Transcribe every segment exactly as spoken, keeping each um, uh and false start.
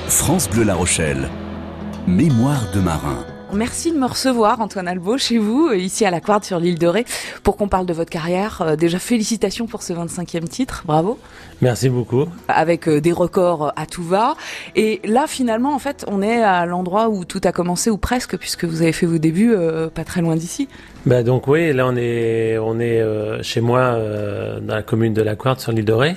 France Bleu La Rochelle, mémoire de marin. Merci de me recevoir, Antoine Albaud, chez vous, ici à la Couarde sur l'île de Ré, pour qu'on parle de votre carrière. Euh, déjà, félicitations pour ce vingt-cinquième titre, bravo. Merci beaucoup. Avec euh, des records à tout va. Et là, finalement, en fait, on est à l'endroit où tout a commencé, ou presque, puisque vous avez fait vos débuts euh, pas très loin d'ici. Bah donc oui, là on est, on est euh, chez moi, euh, dans la commune de la Couarde sur l'île de Ré.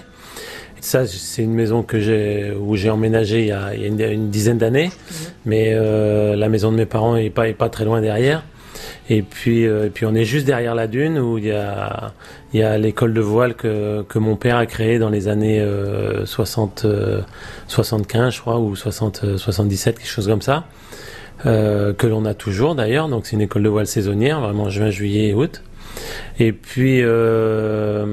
Ça, c'est une maison que j'ai, où j'ai emménagé il y a, il y a une, une dizaine d'années, mmh. mais euh, la maison de mes parents est pas, est pas très loin derrière. Et puis, euh, et puis on est juste derrière la dune où il y a, il y a l'école de voile que, que mon père a créée dans les années euh, soixante, euh, soixante-quinze, je crois, ou soixante, soixante-dix-sept, quelque chose comme ça, euh, que l'on a toujours d'ailleurs. Donc c'est une école de voile saisonnière, vraiment juin, juillet et août. Et puis, euh,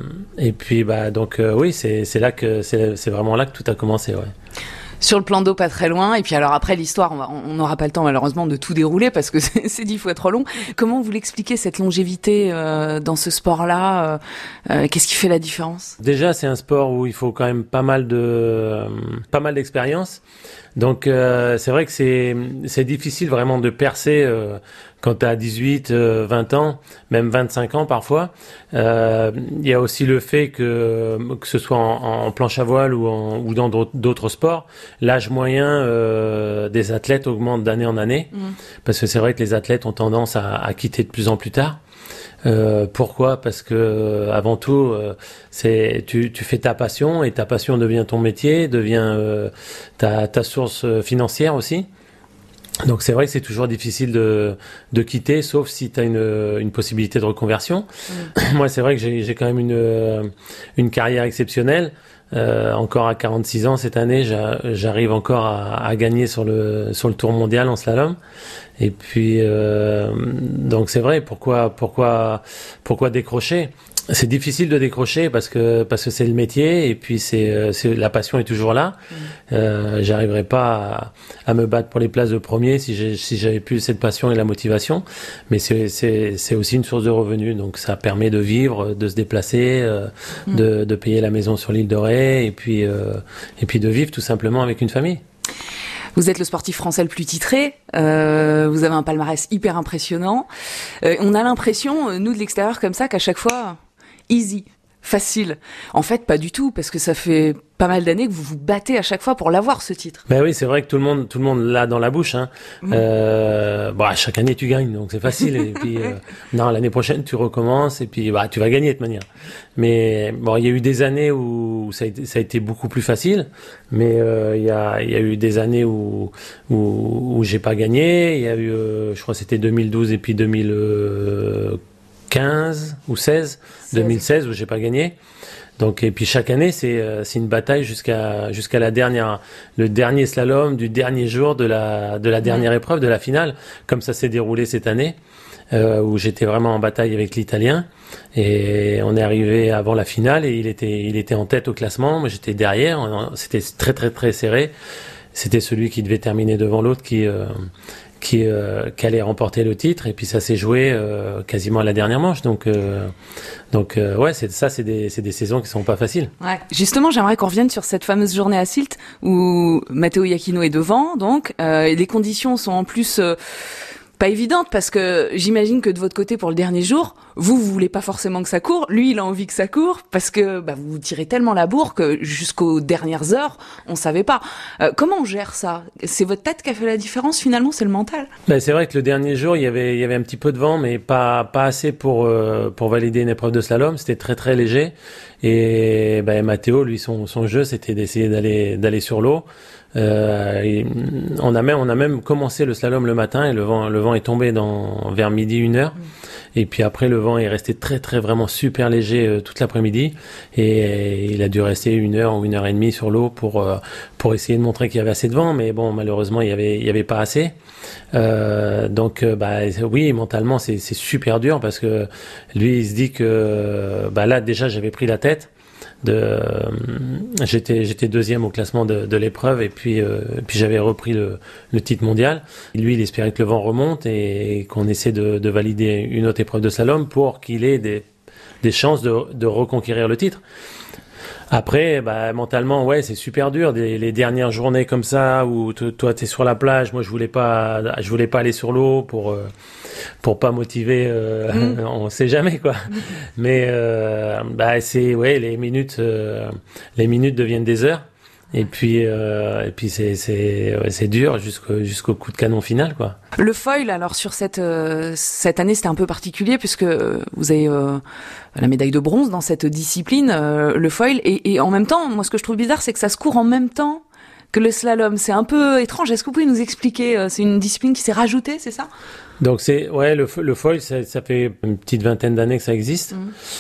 et puis, bah, donc, euh, oui, c'est, c'est là que, c'est, c'est vraiment là que tout a commencé, ouais. Sur le plan d'eau, pas très loin. Et puis alors après l'histoire, on n'aura pas le temps malheureusement de tout dérouler parce que c'est, c'est dix fois trop long. Comment vous l'expliquez cette longévité euh, dans ce sport-là euh, Qu'est-ce qui fait la différence? Déjà, c'est un sport où il faut quand même pas mal de, euh, pas mal d'expérience. Donc euh, c'est vrai que c'est, c'est difficile vraiment de percer euh, quand tu as dix-huit, vingt ans, même vingt-cinq ans parfois. Euh, il y a aussi le fait que, que ce soit en, en planche à voile ou, en, ou dans d'autres, d'autres sports, l'âge moyen euh, des athlètes augmente d'année en année. Mmh. Parce que c'est vrai que les athlètes ont tendance à, à quitter de plus en plus tard. Euh, pourquoi ? Parce que euh, avant tout, euh, c'est tu, tu fais ta passion et ta passion devient ton métier, devient euh, ta, ta source financière aussi. Donc c'est vrai que c'est toujours difficile de, de quitter, sauf si tu as une, une possibilité de reconversion. Mmh. Moi, c'est vrai que j'ai, j'ai quand même une, une carrière exceptionnelle. Euh, encore à quarante-six ans cette année, j'a, j'arrive encore à, à gagner sur le, sur le Tour mondial en slalom. Et puis, euh, donc c'est vrai, pourquoi, pourquoi, pourquoi décrocher ? C'est difficile de décrocher parce que parce que c'est le métier et puis c'est c'est la passion est toujours là. Mmh. Euh, j'arriverai pas à, à me battre pour les places de premier si j'ai si j'avais plus cette passion et la motivation. Mais c'est c'est c'est aussi une source de revenus, donc ça permet de vivre, de se déplacer, euh, mmh. de de payer la maison sur l'île de Ré et puis euh, et puis de vivre tout simplement avec une famille. Vous êtes le sportif français le plus titré, euh, vous avez un palmarès hyper impressionnant. Euh, on a l'impression, nous de l'extérieur comme ça, qu'à chaque fois, easy, facile. En fait, pas du tout, parce que ça fait pas mal d'années que vous vous battez à chaque fois pour l'avoir, ce titre. Ben oui, c'est vrai que tout le monde, tout le monde l'a dans la bouche. Hein. Mmh. Euh, bon, chaque année tu gagnes, donc c'est facile. Et puis, euh, non, l'année prochaine tu recommences et puis bah tu vas gagner de toute manière. Mais bon, il y a eu des années où ça a été, ça a été beaucoup plus facile. Mais euh, il y a, il y a eu des années où où, où j'ai pas gagné. Il y a eu, euh, je crois, que c'était deux mille douze et puis deux mille quinze ou seize, deux mille seize où j'ai pas gagné. Donc et puis chaque année c'est euh, c'est une bataille jusqu'à jusqu'à la dernière le dernier slalom du dernier jour de la de la dernière mmh. épreuve de la finale, comme ça s'est déroulé cette année euh, où j'étais vraiment en bataille avec l'Italien et on est arrivé avant la finale et il était il était en tête au classement, moi j'étais derrière, c'était très très très serré. C'était celui qui devait terminer devant l'autre qui euh, qui, euh, qui allait remporter le titre et puis ça s'est joué euh, quasiment à la dernière manche donc euh, donc euh, ouais c'est ça c'est des c'est des saisons qui sont pas faciles. Ouais. Justement, j'aimerais qu'on revienne sur cette fameuse journée à Sylt où Matteo Iachino est devant donc euh, et les conditions sont en plus euh, pas évidente parce que j'imagine que de votre côté pour le dernier jour, vous vous voulez pas forcément que ça court, lui il a envie que ça court parce que bah vous tirez tellement la bourre que jusqu'aux dernières heures, on savait pas. Euh, comment on gère ça ? C'est votre tête qui a fait la différence finalement, c'est le mental. Ben c'est vrai que le dernier jour, il y avait il y avait un petit peu de vent mais pas pas assez pour euh, pour valider une épreuve de slalom, c'était très très léger et ben Matteo lui son son jeu c'était d'essayer d'aller d'aller sur l'eau. Euh, et on a même on a même commencé le slalom le matin et le vent le vent est tombé dans vers midi une heure mmh. et puis après le vent est resté très très vraiment super léger euh, toute l'après-midi et, et il a dû rester une heure ou une heure et demie sur l'eau pour euh, pour essayer de montrer qu'il y avait assez de vent mais bon malheureusement il y avait il y avait pas assez euh, donc euh, bah oui mentalement c'est c'est super dur parce que lui il se dit que bah là déjà j'avais pris la tête. De, euh, j'étais j'étais deuxième au classement de, de l'épreuve et puis euh, puis j'avais repris le, le titre mondial. Et lui, il espérait que le vent remonte et, et qu'on essaie de, de valider une autre épreuve de slalom pour qu'il ait des des chances de, de reconquérir le titre. Après, bah, mentalement, ouais, c'est super dur. Des, les dernières journées comme ça, où t- toi, t'es sur la plage, moi, je voulais pas, je voulais pas aller sur l'eau pour, euh, pour pas motiver. Euh, mm. On sait jamais quoi. Mm. Mais euh, bah, c'est, ouais, les minutes, euh, les minutes deviennent des heures. Et puis, euh, et puis c'est c'est ouais, c'est dur jusqu'au jusqu'au coup de canon final quoi. Le foil, alors sur cette euh, cette année, c'était un peu particulier puisque vous avez euh, la médaille de bronze dans cette discipline, euh, le foil, et, et en même temps, moi ce que je trouve bizarre, c'est que ça se court en même temps que le slalom. C'est un peu étrange. Est-ce que vous pouvez nous expliquer? euh, C'est une discipline qui s'est rajoutée, c'est ça? Donc c'est ouais le le foil ça, ça fait une petite vingtaine d'années que ça existe. Mmh.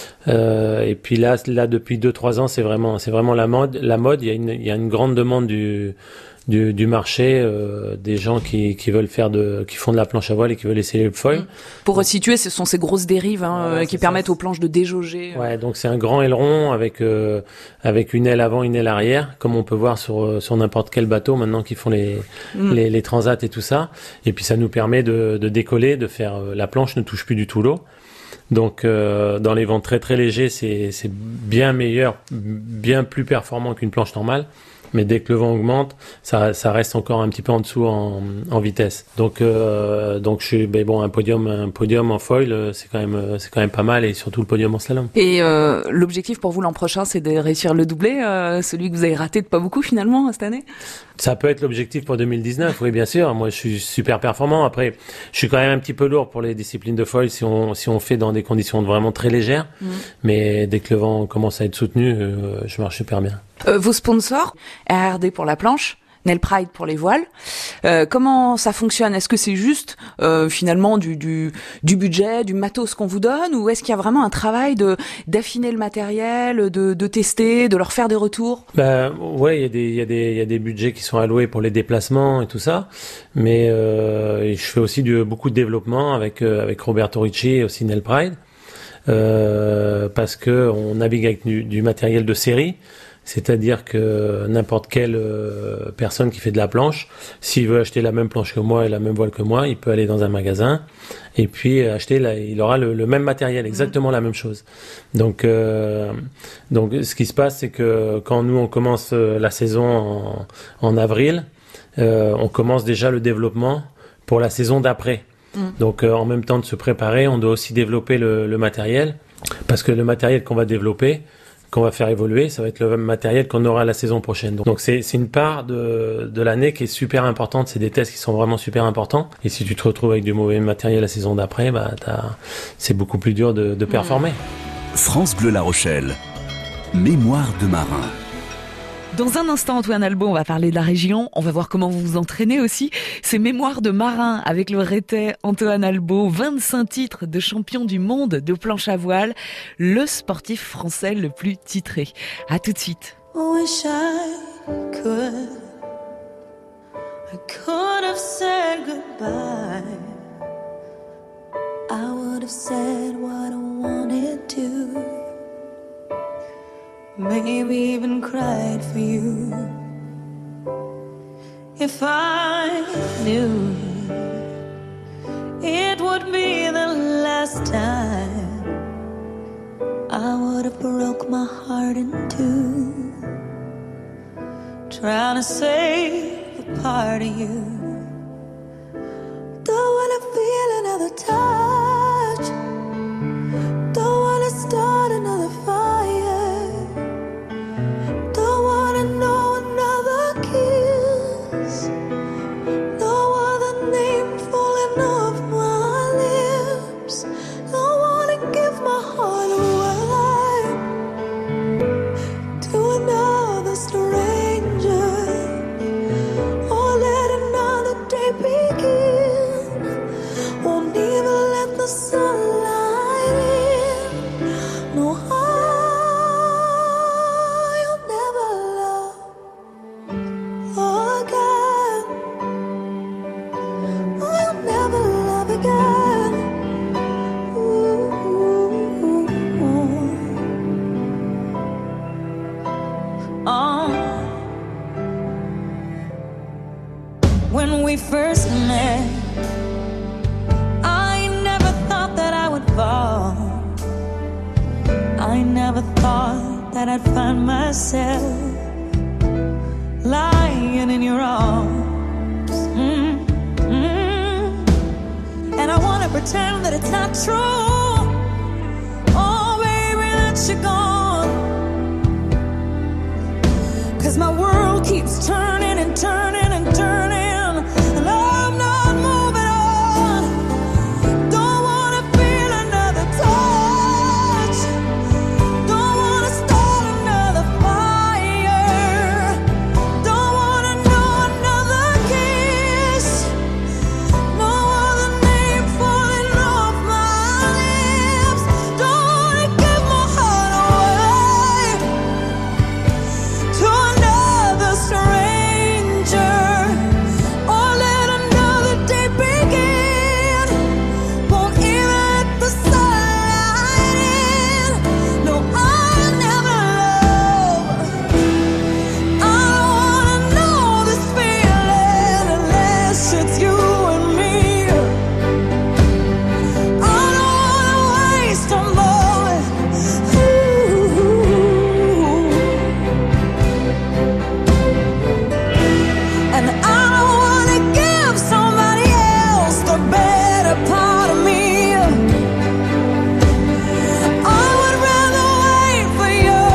Euh, et puis là là depuis deux trois ans c'est vraiment c'est vraiment la mode la mode il y a une il y a une grande demande du du, du marché, euh, des gens qui qui veulent faire de qui font de la planche à voile et qui veulent essayer le foil. Mmh. Pour resituer, ce sont ces grosses dérives hein, ouais, qui permettent ça. Aux planches de déjauger. Ouais, donc c'est un grand aileron avec euh, avec une aile avant, une aile arrière, comme on peut voir sur sur n'importe quel bateau maintenant qui font les mmh. les, les transats et tout ça. Et puis ça nous permet de de décoller, de faire euh, la planche ne touche plus du tout l'eau. Donc euh, dans les vents très très légers, c'est c'est bien meilleur, bien plus performant qu'une planche normale. Mais dès que le vent augmente, ça, ça reste encore un petit peu en dessous en, en vitesse. Donc, euh, donc je suis, ben bon, un podium, un podium en foil, c'est quand même, c'est quand même pas mal, et surtout le podium en slalom. Et euh, l'objectif pour vous l'an prochain, c'est de réussir le doublé, euh, celui que vous avez raté de pas beaucoup finalement cette année. Ça peut être l'objectif pour deux mille dix-neuf, oui bien sûr. Moi, je suis super performant. Après, je suis quand même un petit peu lourd pour les disciplines de foil si on si on fait dans des conditions vraiment très légères. Mmh. Mais dès que le vent commence à être soutenu, euh, je marche super bien. Euh, vos sponsors, R R D pour la planche, Nel Pride pour les voiles. Euh, comment ça fonctionne? Est-ce que c'est juste euh, finalement du, du du budget, du matos qu'on vous donne, ou est-ce qu'il y a vraiment un travail de d'affiner le matériel, de de tester, de leur faire des retours? Ben ouais, il y a des il y a des il y a des budgets qui sont alloués pour les déplacements et tout ça, mais euh, je fais aussi du, beaucoup de développement avec euh, avec Roberto Ricci et aussi Nel Pride, euh, parce que on navigue avec du, du matériel de série. C'est-à-dire que n'importe quelle euh, personne qui fait de la planche, s'il veut acheter la même planche que moi et la même voile que moi, il peut aller dans un magasin et puis acheter, la, il aura le, le même matériel, exactement mmh. la même chose. Donc, euh, donc ce qui se passe, c'est que quand nous on commence la saison en, en avril, euh, on commence déjà le développement pour la saison d'après. Mmh. Donc, euh, en même temps de se préparer, on doit aussi développer le, le matériel, parce que le matériel qu'on va développer, qu'on va faire évoluer, ça va être le même matériel qu'on aura la saison prochaine. Donc c'est c'est une part de de l'année qui est super importante, c'est des tests qui sont vraiment super importants. Et si tu te retrouves avec du mauvais matériel la saison d'après, bah t'as c'est beaucoup plus dur de de performer. France Bleu La Rochelle. Mémoire de marin. Dans un instant, Antoine Albo, on va parler de la région. On va voir comment vous vous entraînez aussi. C'est Mémoire de marin avec le Rhétais Antoine Albo. vingt-cinq titres de champion du monde de planche à voile. Le sportif français le plus titré. À tout de suite. Wish I could, I could have said goodbye. I would have said what I wanted to. Maybe even cried for you. If I knew it would be the last time, I would have broke my heart in two, trying to save a part of you. Don't wanna feel another touch, don't wanna start another fire. When we first met, I never thought that I would fall. I never thought that I'd find myself lying in your arms. Mm-hmm. And I wanna pretend that it's not true. Oh, baby, that you're gone. 'Cause my world keeps turning and turning and turning. And I'm not moving on. Don't wanna feel another touch. Don't wanna start another fire. Don't wanna know another kiss. No other name falling off my lips. Don't wanna give my heart away to another stranger. Or let another day begin. Won't even let the sunlight in. No, I never love. I don't wanna know this feeling unless it's you and me. I don't wanna waste a moment. Ooh. And I don't wanna give somebody else the better part of me. I would rather wait for you.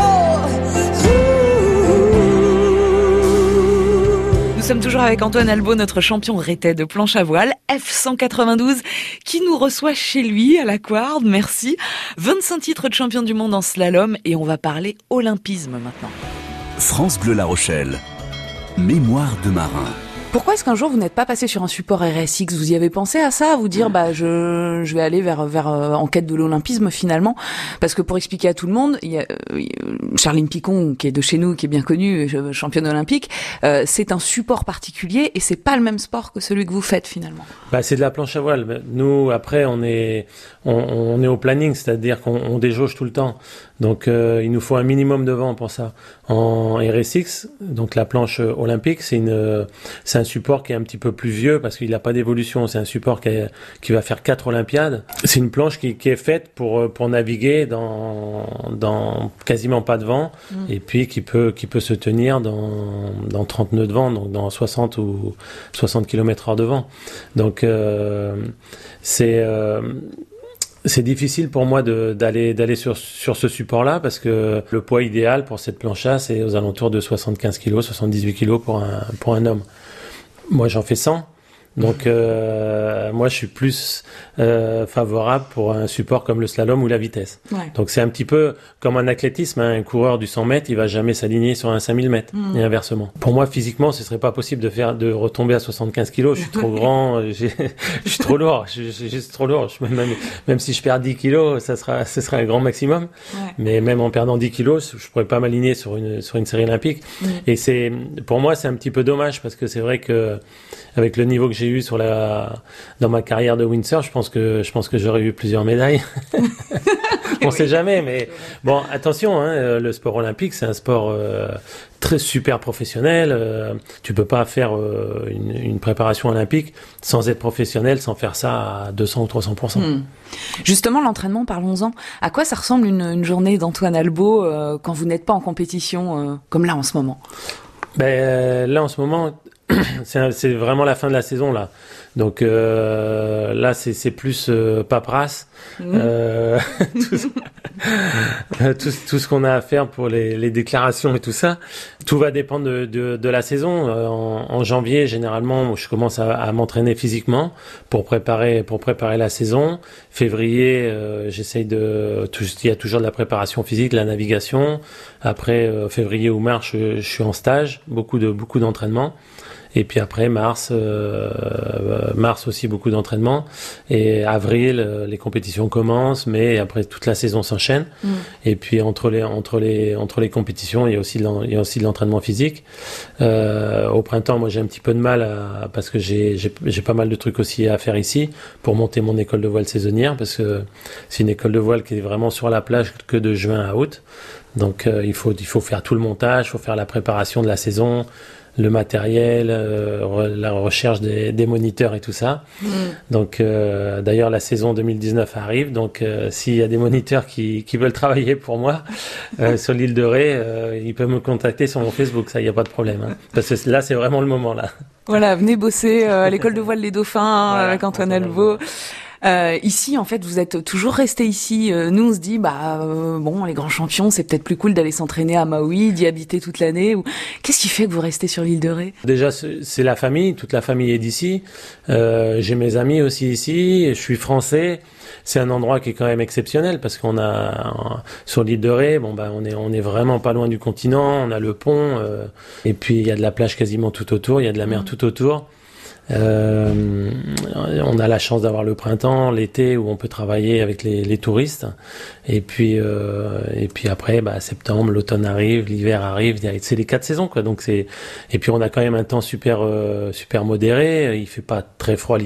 Ooh. Nous sommes toujours avec Antoine Albo, notre champion rétais de planche à voile, F cent quatre-vingt-douze, qui nous reçoit chez lui à la Couarde. Merci. vingt-cinq titres de champion du monde en slalom et on va parler olympisme maintenant. France Bleu La Rochelle. Mémoire de marin. Pourquoi est-ce qu'un jour vous n'êtes pas passé sur un support R S X? Vous y avez pensé à ça, à vous dire bah je je vais aller vers vers euh, en quête de l'olympisme finalement? Parce que pour expliquer à tout le monde, il y a euh, Charline Picon qui est de chez nous, qui est bien connue, euh, championne olympique. Euh, c'est un support particulier et c'est pas le même sport que celui que vous faites finalement. Bah, c'est de la planche à voile. Nous, après, on est, on, on est au planning, c'est-à-dire qu'on on déjauge tout le temps. Donc, euh, il nous faut un minimum de vent pour ça. En R S X, donc la planche olympique, c'est une, c'est un support qui est un petit peu plus vieux parce qu'il n'a pas d'évolution. C'est un support qui, est, qui va faire quatre Olympiades. C'est une planche qui, qui est faite pour, pour naviguer dans, dans quasiment pas de vent mmh. et puis qui peut, qui peut se tenir dans, dans trente nœuds de vent, donc dans soixante ou soixante kilomètres heure de vent. Donc, euh, c'est, euh, c'est difficile pour moi de, d'aller, d'aller sur, sur ce support-là parce que le poids idéal pour cette planche-là, c'est aux alentours de soixante-quinze kilos, soixante-dix-huit kilos pour un, pour un homme. Moi, j'en fais cent. Donc, euh, moi, je suis plus euh, favorable pour un support comme le slalom ou la vitesse. Ouais. Donc, c'est un petit peu comme un athlétisme. Hein. Un coureur du cent mètres, il va jamais s'aligner sur un cinq mille mètres mmh. et inversement. Pour moi, physiquement, ce serait pas possible de faire de retomber à soixante-quinze kilos. Je suis trop grand, j'ai, je suis trop lourd. Je, je, je suis trop lourd. Je, même, même si je perds dix kilos, ça sera, ce sera un grand maximum. Ouais. Mais même en perdant dix kilos, je pourrais pas m'aligner sur une sur une série olympique. Mmh. Et c'est, pour moi, c'est un petit peu dommage parce que c'est vrai que avec le niveau que j'ai eu sur la, dans ma carrière de windsurf, je pense que, je pense que j'aurais eu plusieurs médailles. On sait jamais, mais bon, attention, hein, le sport olympique, c'est un sport euh, très super professionnel. Euh, tu peux pas faire euh, une, une préparation olympique sans être professionnel, sans faire ça à deux cents ou trois cents pour cent. Mmh. Justement, l'entraînement, parlons-en. À quoi ça ressemble une, une journée d'Antoine Albo euh, quand vous n'êtes pas en compétition, euh, comme là en ce moment? Ben euh, là en ce moment. C'est, un, c'est vraiment la fin de la saison là, donc euh, là c'est, c'est plus euh, paperasse, mmh. euh, tout, tout, tout ce qu'on a à faire pour les, les déclarations et tout ça. Tout va dépendre de, de, de la saison. En, en janvier, généralement, je commence à, à m'entraîner physiquement pour préparer pour préparer la saison. Février, euh, j'essaye de, tout, il y a toujours de la préparation physique, de la navigation. Après euh, février ou mars, je, je suis en stage, beaucoup de beaucoup d'entraînement. Et puis après mars, euh, mars aussi beaucoup d'entraînement. Et avril, euh, les compétitions commencent, mais après toute la saison s'enchaîne. Mmh. Et puis entre les entre les entre les compétitions, il y a aussi de il y a aussi de l'entraînement physique. Euh, au printemps, moi j'ai un petit peu de mal à, parce que j'ai j'ai j'ai pas mal de trucs aussi à faire ici pour monter mon école de voile saisonnière parce que c'est une école de voile qui est vraiment sur la plage que de juin à août. Donc euh, il faut il faut faire tout le montage, il faut faire la préparation de la saison. le matériel, euh, la recherche des, des moniteurs et tout ça. Mmh. Donc, euh, d'ailleurs, la saison deux mille dix-neuf arrive. Donc, euh, s'il y a des moniteurs qui, qui veulent travailler pour moi euh, sur l'île de Ré, euh, ils peuvent me contacter sur mon Facebook. Ça, il n'y a pas de problème. Hein. Parce que là, c'est vraiment le moment, là. Voilà, venez bosser euh, à l'école de voile Les Dauphins voilà, avec Antoine Albo. Euh, ici, en fait, vous êtes toujours resté ici. Euh, nous, on se dit, bah euh, bon, les grands champions, c'est peut-être plus cool d'aller s'entraîner à Maui, d'y habiter toute l'année. Ou qu'est-ce qui fait que vous restez sur l'île de Ré ? Déjà, c'est la famille. Toute la famille est d'ici. Euh, j'ai mes amis aussi ici. Je suis français. C'est un endroit qui est quand même exceptionnel parce qu'on a sur l'île de Ré, bon bah on est on est vraiment pas loin du continent. On a le pont euh, et puis il y a de la plage quasiment tout autour. Il y a de la mer tout autour. Euh, on a la chance d'avoir le printemps, l'été où on peut travailler avec les, les touristes et puis euh, et puis après bah septembre, l'automne arrive, l'hiver arrive, c'est les quatre saisons quoi. Donc c'est et puis on a quand même un temps super euh, super modéré, il fait pas très froid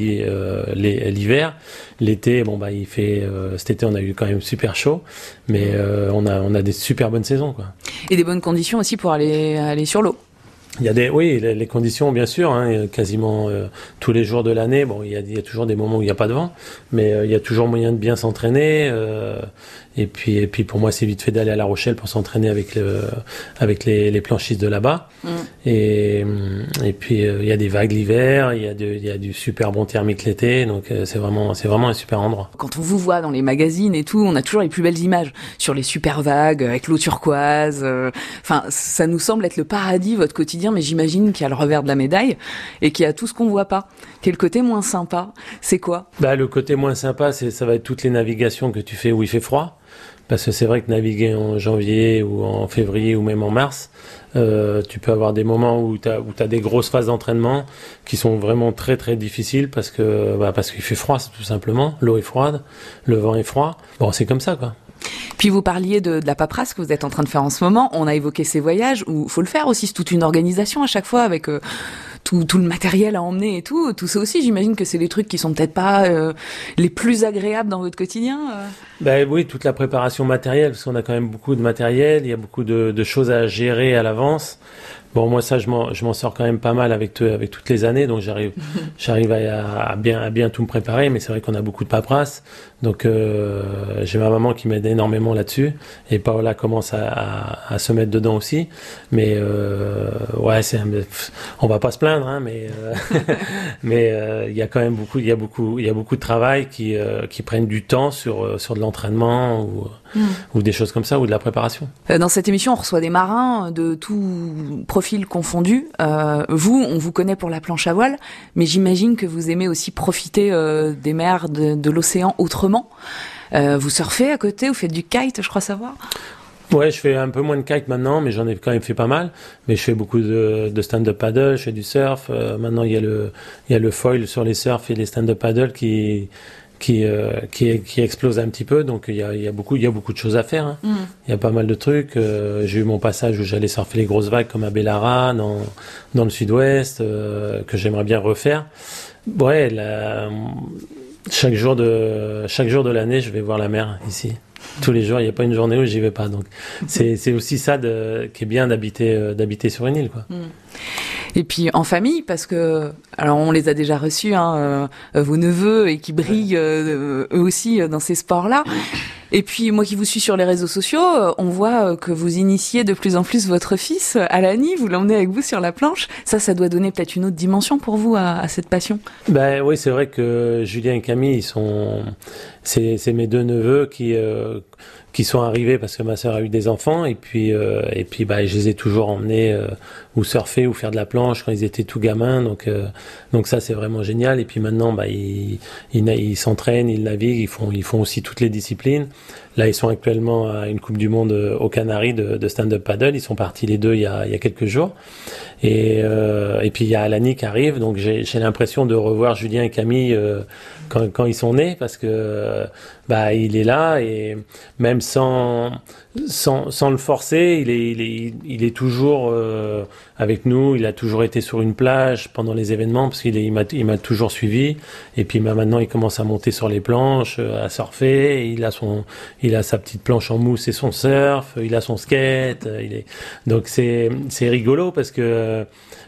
l'hiver, l'été bon bah il fait euh, cet été on a eu quand même super chaud mais euh, on a on a des super bonnes saisons quoi. Et des bonnes conditions aussi pour aller aller sur l'eau. Il y a des, oui, les, les conditions, bien sûr, hein, quasiment euh, tous les jours de l'année. Bon, il y a, il y a toujours des moments où il n'y a pas de vent, mais euh, il y a toujours moyen de bien s'entraîner. Euh, et puis, et puis pour moi, c'est vite fait d'aller à La Rochelle pour s'entraîner avec le, avec les, les planchistes de là-bas. Mmh. Et, et puis euh, il y a des vagues l'hiver, il y a de, il y a du super bon thermique l'été, donc euh, c'est vraiment, c'est vraiment un super endroit. Quand on vous voit dans les magazines et tout, on a toujours les plus belles images sur les super vagues avec l'eau turquoise. Enfin, euh, ça nous semble être le paradis, votre quotidien. Mais j'imagine qu'il y a le revers de la médaille et qu'il y a tout ce qu'on voit pas. Quel côté moins sympa ? C'est quoi ? Bah, le côté moins sympa, c'est, ça va être toutes les navigations que tu fais où il fait froid. Parce que c'est vrai que naviguer en janvier ou en février ou même en mars, euh, tu peux avoir des moments où tu as où t'as des grosses phases d'entraînement qui sont vraiment très très difficiles parce que bah, parce qu'il fait froid tout simplement. L'eau est froide, le vent est froid. Bon, c'est comme ça quoi. Puis vous parliez de, de la paperasse que vous êtes en train de faire en ce moment. On a évoqué ces voyages où faut le faire aussi. C'est toute une organisation à chaque fois avec euh, tout, tout le matériel à emmener et tout. Tout ça aussi, j'imagine que c'est des trucs qui sont peut-être pas euh, les plus agréables dans votre quotidien. Euh. Ben oui, toute la préparation matérielle, parce qu'on a quand même beaucoup de matériel. Il y a beaucoup de, de choses à gérer à l'avance. Bon, moi, ça, je m'en, je m'en sors quand même pas mal avec, te, avec toutes les années, donc j'arrive, j'arrive à, à bien, à bien tout me préparer, mais c'est vrai qu'on a beaucoup de paperasse. Donc, euh, j'ai ma maman qui m'aide énormément là-dessus, et Paola commence à, à, à se mettre dedans aussi. Mais, euh, ouais, c'est, on va pas se plaindre, hein, mais, euh, mais, euh, il y a quand même beaucoup, il y a beaucoup, il y a beaucoup de travail qui, euh, qui prennent du temps sur, sur de l'entraînement ou, mmh. ou des choses comme ça, ou de la préparation. Dans cette émission, on reçoit des marins de tout profil confondu. Euh, vous, on vous connaît pour la planche à voile, mais j'imagine que vous aimez aussi profiter euh, des mers, de, de l'océan autrement. Euh, vous surfez à côté, vous faites du kite, je crois savoir. Ouais, je fais un peu moins de kite maintenant, mais j'en ai quand même fait pas mal. Mais je fais beaucoup de, de stand-up paddle, je fais du surf. Euh, maintenant, il y a le, il y a le foil sur les surfs et les stand-up paddle qui, qui, euh, qui, qui explose un petit peu. Donc, il y a, il y a beaucoup, il y a beaucoup de choses à faire. Hein. Mm. Il y a pas mal de trucs. Euh, j'ai eu mon passage où j'allais surfer les grosses vagues comme à Bellara, dans, dans le sud-ouest, euh, que j'aimerais bien refaire. Ouais, la, chaque jour de, chaque jour de l'année, je vais voir la mer ici. Tous les jours, il n'y a pas une journée où j'y vais pas. Donc, c'est, c'est aussi ça de, qui est bien d'habiter, euh, d'habiter sur une île, quoi. Et puis en famille, parce que, alors on les a déjà reçus, hein, euh, vos neveux, et qui brillent euh, eux aussi dans ces sports-là. Et puis moi qui vous suis sur les réseaux sociaux, on voit que vous initiez de plus en plus votre fils, Alani, vous l'emmenez avec vous sur la planche. Ça, ça doit donner peut-être une autre dimension pour vous à, à cette passion. Ben oui, c'est vrai que Julien et Camille, ils sont, c'est, c'est mes deux neveux qui, euh, qui sont arrivés parce que ma sœur a eu des enfants et puis, euh, et puis bah je les ai toujours emmenés euh, ou surfer ou faire de la planche quand ils étaient tout gamins. Donc, euh, donc ça c'est vraiment génial. Et puis maintenant, bah ils, ils, ils s'entraînent, ils naviguent, ils font, ils font aussi toutes les disciplines. Là, ils sont actuellement à une Coupe du Monde aux Canaries de, de stand-up paddle. Ils sont partis les deux il y a, il y a quelques jours. Et, euh, et puis il y a Alani qui arrive. Donc j'ai, j'ai l'impression de revoir Julien et Camille euh, quand, quand ils sont nés parce que bah il est là et même sans sans, sans le forcer, il est il est il est toujours euh, avec nous. Il a toujours été sur une plage pendant les événements parce qu'il est, il m'a il m'a toujours suivi. Et puis bah, maintenant il commence à monter sur les planches, à surfer. Il a son il a sa petite planche en mousse et son surf. Il a son skate. Il est donc c'est c'est rigolo parce que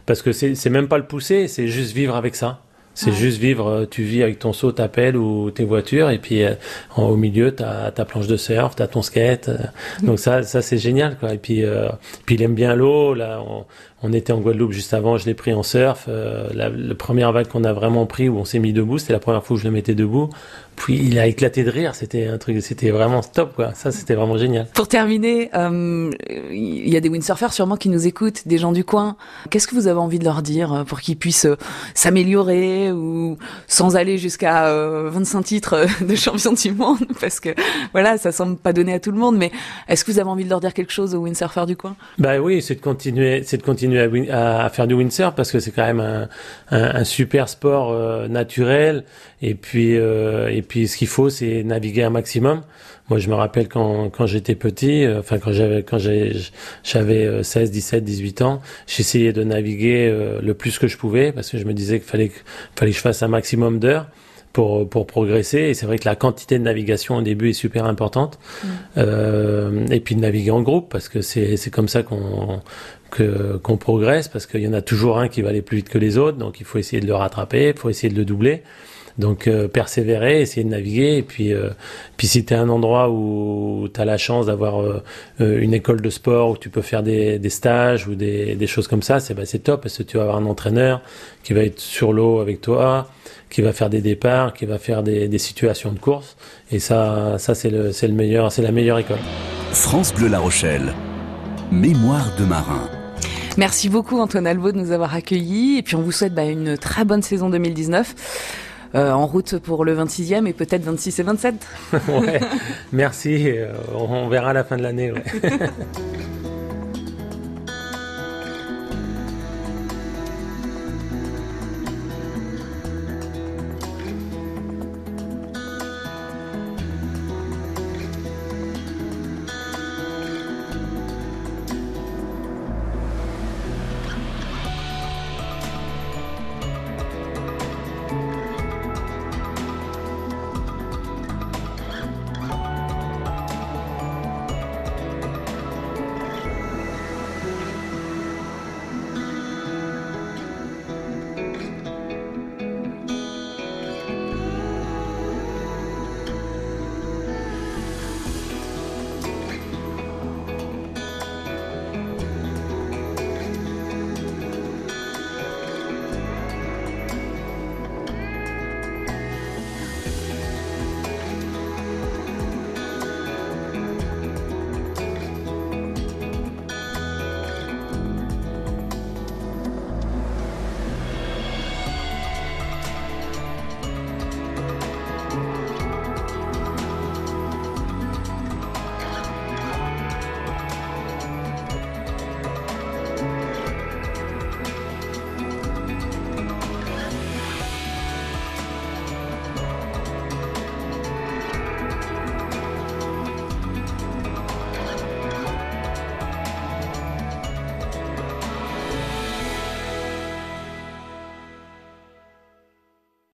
parce que c'est, c'est même pas le pousser, c'est juste vivre avec ça. C'est ouais. juste vivre, tu vis avec ton seau, ta pelle ou tes voitures, et puis euh, en, au milieu, t'as ta planche de surf, t'as ton skate. Euh, mmh. Donc ça, ça c'est génial, quoi. Et puis, euh, puis il aime bien l'eau. Là, on, on était en Guadeloupe juste avant, je l'ai pris en surf. Euh, la, la première vague qu'on a vraiment pris, où on s'est mis debout, c'était la première fois où je le mettais debout. Puis il a éclaté de rire. C'était un truc, c'était vraiment top, quoi. Ça, c'était vraiment génial. Pour terminer, il euh, y a des windsurfers sûrement qui nous écoutent, des gens du coin. Qu'est-ce que vous avez envie de leur dire pour qu'ils puissent euh, s'améliorer, ou sans aller jusqu'à euh, vingt-cinq titres de champion du monde, parce que voilà, ça semble pas donné à tout le monde. Mais est-ce que vous avez envie de leur dire quelque chose aux windsurfers du coin? Bah oui, c'est de continuer, c'est de continuer à, win- à faire du windsurf, parce que c'est quand même un, un, un super sport euh, naturel. Et puis, euh, et puis, ce qu'il faut, c'est naviguer un maximum. Moi, je me rappelle quand, quand j'étais petit, euh, enfin, quand j'avais, quand j'avais, j'avais seize, dix-sept, dix-huit ans, j'essayais de naviguer euh, le plus que je pouvais, parce que je me disais qu'il fallait, fallait que je fasse un maximum d'heures pour, pour progresser. Et c'est vrai que la quantité de navigation au début est super importante. Mmh. Euh, et puis de naviguer en groupe, parce que c'est, c'est comme ça qu'on, que, qu'on progresse, parce qu'il y en a toujours un qui va aller plus vite que les autres. Donc, il faut essayer de le rattraper, il faut essayer de le doubler. Donc euh, persévérer, essayer de naviguer, et puis euh, puis si t'es à un endroit où t'as la chance d'avoir euh, une école de sport où tu peux faire des des stages ou des des choses comme ça, c'est bah c'est top, parce que tu vas avoir un entraîneur qui va être sur l'eau avec toi, qui va faire des départs, qui va faire des des situations de course, et ça ça c'est le c'est le meilleur, c'est la meilleure école. France Bleu La Rochelle. Mémoire de marin. Merci beaucoup Antoine Albaud de nous avoir accueillis, et puis on vous souhaite bah, une très bonne saison deux mille dix-neuf. Euh, en route pour le vingt-sixième et peut-être vingt-six et vingt-sept. Ouais, merci. Euh, on verra à la fin de l'année. Ouais.